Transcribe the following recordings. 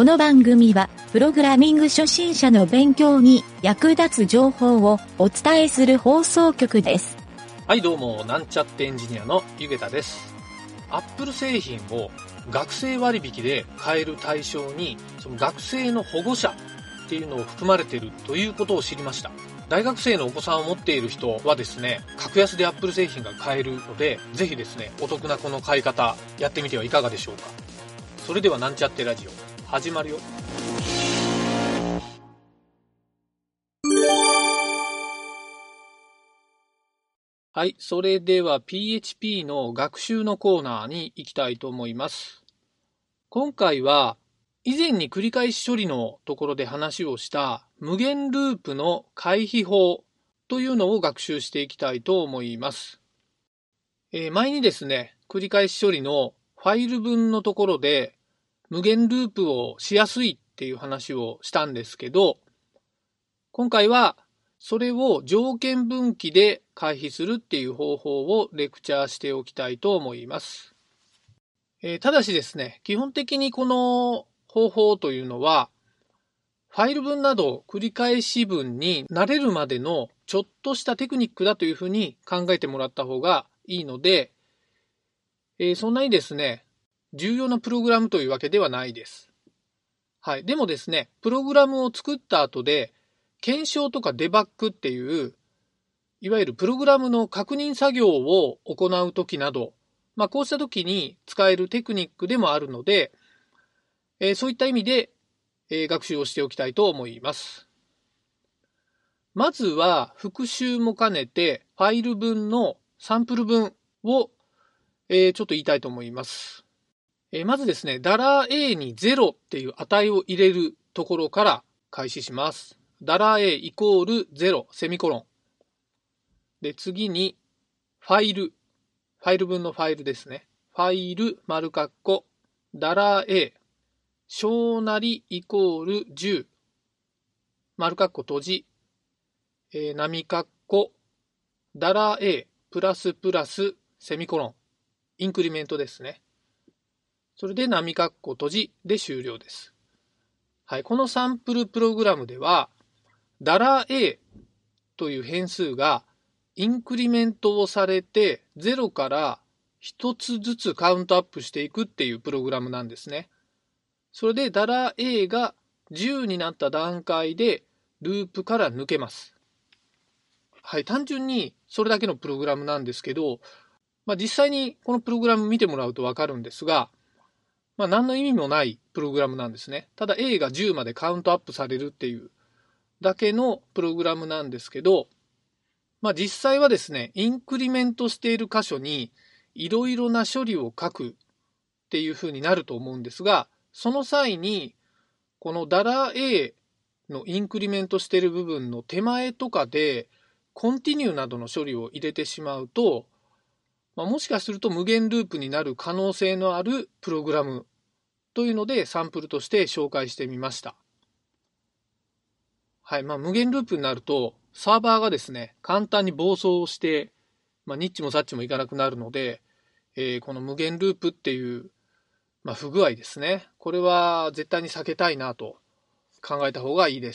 の番組は、プログラミング初心者の勉強に役立つ情報をお伝えする放送局です。 はい、どうも、なんちゃってエンジニアのゆげたです。Apple 製品を学生割引で買える対象に、その学生の保護者っていうのを含まれているということを知りました。大学生のお子さんを持っている人はですね、格安で Apple 製品が買えるので、ぜひですね、お得なこの買い方、やってみてはいかがでしょうか。それではなんちゃってラジオ、始まるよ。はい、それでは PHP の学習のコーナーに行きたいと思います。今回は以前に繰り返し処理のところで話をした無限ループの回避法というのを学習していきたいと思います。前にですね、繰り返し処理のファイル分のところで無限ループをしやすいっていう話をしたんですけど、今回はそれを条件分岐で回避するっていう方法をレクチャーしておきたいと思います。ただしですね、基本的にこの方法というのは、ファイル分など繰り返し文に慣れるまでのちょっとしたテクニックだというふうに考えてもらった方がいいので、そんなにですね、重要なプログラムというわけではないです。はい。でもですね、プログラムを作った後で、検証とかデバッグっていう、いわゆるプログラムの確認作業を行うときなど、こうしたときに使えるテクニックでもあるので、そういった意味で、学習をしておきたいと思います。まずは復習も兼ねてファイル分のサンプル分を、ちょっと言いたいと思います。まずですね、$a に0っていう値を入れるところから開始します。$a イコール0セミコロン。で、次にファイル分のファイルですね。ファイル丸括弧$a 小なりイコール10丸括弧閉じ、波括弧$a プラスプラスセミコロンインクリメントですね。それで波括弧閉じで終了です。はい、このサンプルプログラムでは$a という変数がインクリメントをされて0から1つずつカウントアップしていくっていうプログラムなんですね。それで$a が10になった段階でループから抜けます。はい、単純にそれだけのプログラムなんですけど、実際にこのプログラム見てもらうとわかるんですが、何の意味もないプログラムなんですね。ただ A が10までカウントアップされるっていうだけのプログラムなんですけど、実際はですね、インクリメントしている箇所にいろいろな処理を書くっていう風になると思うんですが、その際にこの$a のインクリメントしている部分の手前とかでコンティニューなどの処理を入れてしまうと、もしかすると無限ループになる可能性のあるプログラムというのでサンプルとして紹介してみました。はい、無限ループになるとサーバーがですね、簡単に暴走して、ニッチもサッチもいかなくなるので、この無限ループっていう、不具合ですね。これは絶対に避けたいなと考えた方がいいです。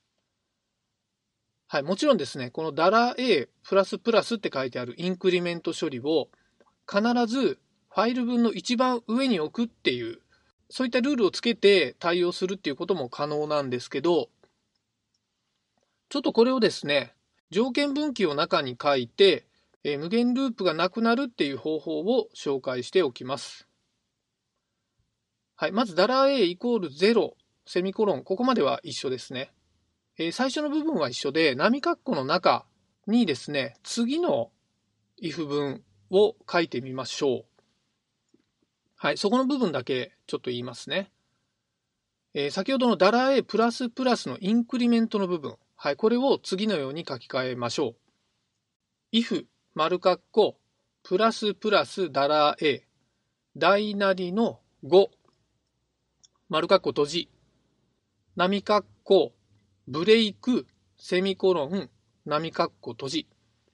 はい、もちろんですね、この$a プラスプラスって書いてあるインクリメント処理を必ずファイル分の一番上に置くっていう、そういったルールをつけて対応するっていうことも可能なんですけど、ちょっとこれをですね、条件分岐を中に書いて、無限ループがなくなるっていう方法を紹介しておきます。はい、まず$a イコール0セミコロン、ここまでは一緒ですね。最初の部分は一緒で、波括弧の中にですね、次の if 文を書いてみましょう。はい、そこの部分だけちょっと言いますね。先ほどの$a プラスプラスのインクリメントの部分、はい、これを次のように書き換えましょう。if 丸括弧プラスプラス$a 大なりの5丸括弧閉じ波括弧ブレイクセミコロン波括弧閉じ。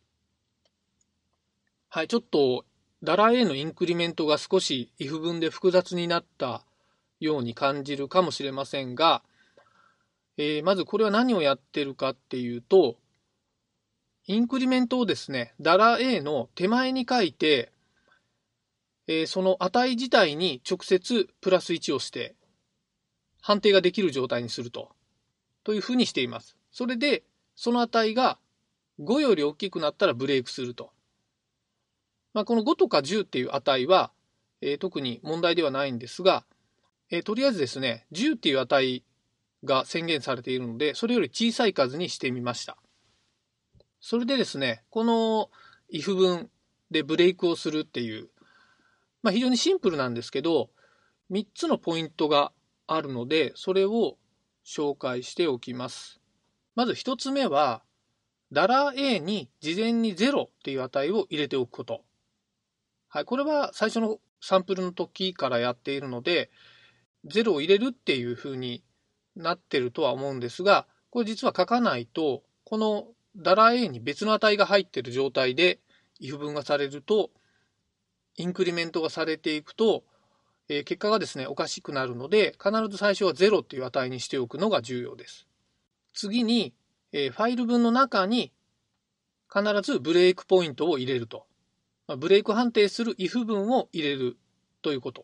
はい、ちょっと$aのインクリメントが少し if 文で複雑になったように感じるかもしれませんが、まずこれは何をやってるかっていうと、インクリメントをですね、$A の手前に書いて、その値自体に直接プラス1をして判定ができる状態にするというふうにしています。それでその値が5より大きくなったらブレイクすると。この5とか10っていう値は、特に問題ではないんですが、とりあえずですね、10っていう値が宣言されているので、それより小さい数にしてみました。それでですね、この if 文でブレイクをするっていう、非常にシンプルなんですけど、3つのポイントがあるので、それを紹介しておきます。まず1つ目は、$A に事前に0っていう値を入れておくこと。はい、これは最初のサンプルの時からやっているので、0を入れるっていう風になってるとは思うんですが、これ実は書かないと、この$A に別の値が入っている状態で if 文がされると、インクリメントがされていくと、結果がですね、おかしくなるので、必ず最初は0っていう値にしておくのが重要です。次に、ファイル文の中に必ずブレイクポイントを入れると。ブレイク判定する if 文を入れるということ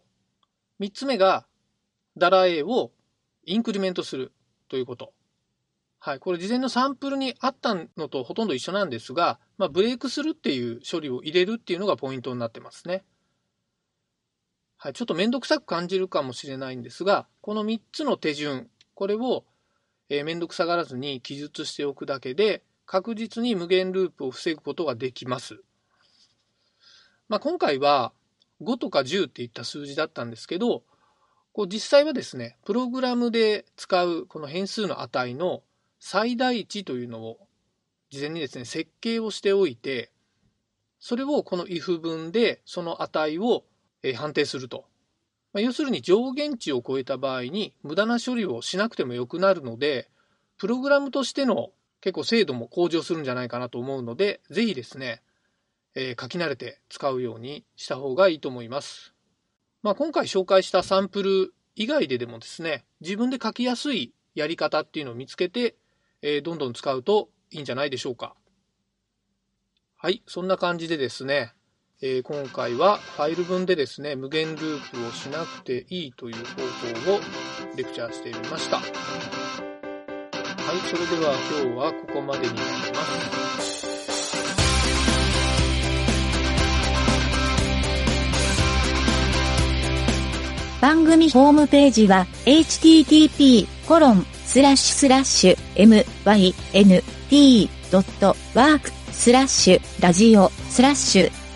。3つ目が、$A をインクリメントするということ。はい、これ事前のサンプルにあったのとほとんど一緒なんですが、ブレイクするっていう処理を入れるっていうのがポイントになってますね。はい、ちょっとめんどくさく感じるかもしれないんですが、この3つの手順、これをめんどくさがらずに記述しておくだけで、確実に無限ループを防ぐことができます。今回は5とか10っていった数字だったんですけど、実際はですね、プログラムで使うこの変数の値の最大値というのを事前にですね、設計をしておいて、それをこの if 文でその値を判定すると。要するに上限値を超えた場合に無駄な処理をしなくてもよくなるので、プログラムとしての結構精度も向上するんじゃないかなと思うので、ぜひですね、書き慣れて使うようにした方がいいと思います。今回紹介したサンプル以外でもですね、自分で書きやすいやり方っていうのを見つけて、どんどん使うといいんじゃないでしょうか。はい、そんな感じでですね、今回はファイル文でですね、無限ループをしなくていいという方法をレクチャーしてみました。はい、それでは今日はここまでになります。 番組ホームページは http://mynt.work/ラジオ/